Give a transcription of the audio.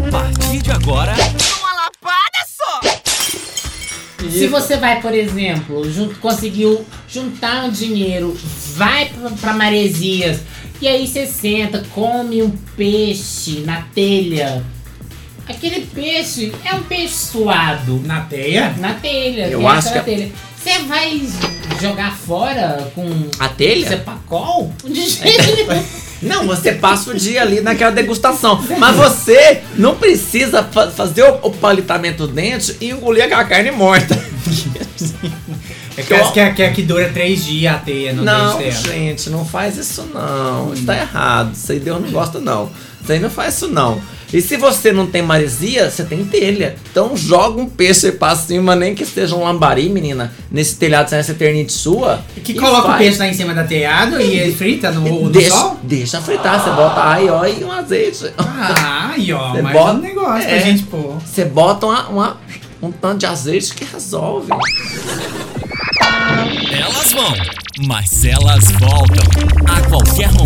partir de agora, uma lapada só! Se você vai, por exemplo, conseguiu juntar um dinheiro, vai pra Maresias, e aí você senta, come um peixe na telha. Aquele peixe é um peixe suado. Na teia? Na telha. Eu acho que na telha. Você vai jogar fora com a telha? Cepacol? De jeito nenhum. Não, você passa o dia ali naquela degustação. Mas você não precisa fazer o palitamento do dente e engolir aquela carne morta. É que dura 3 dias a teia no Não, dente dela. gente, não faz isso não. Isso tá errado. Isso aí Deus não gosta não. Isso aí não faz isso não. E se você não tem maresia, você tem telha. Então joga um peixe pra cima, nem que seja um lambari, menina, nesse telhado, nessa eternidade sua. Que coloca o peixe lá em cima da telhado e ele frita no sol? Deixa fritar, você bota aió e um azeite. Aió, Você mas bota- é um negócio pra gente pôr. Você bota um tanto de azeite que resolve. elas vão, mas elas voltam a qualquer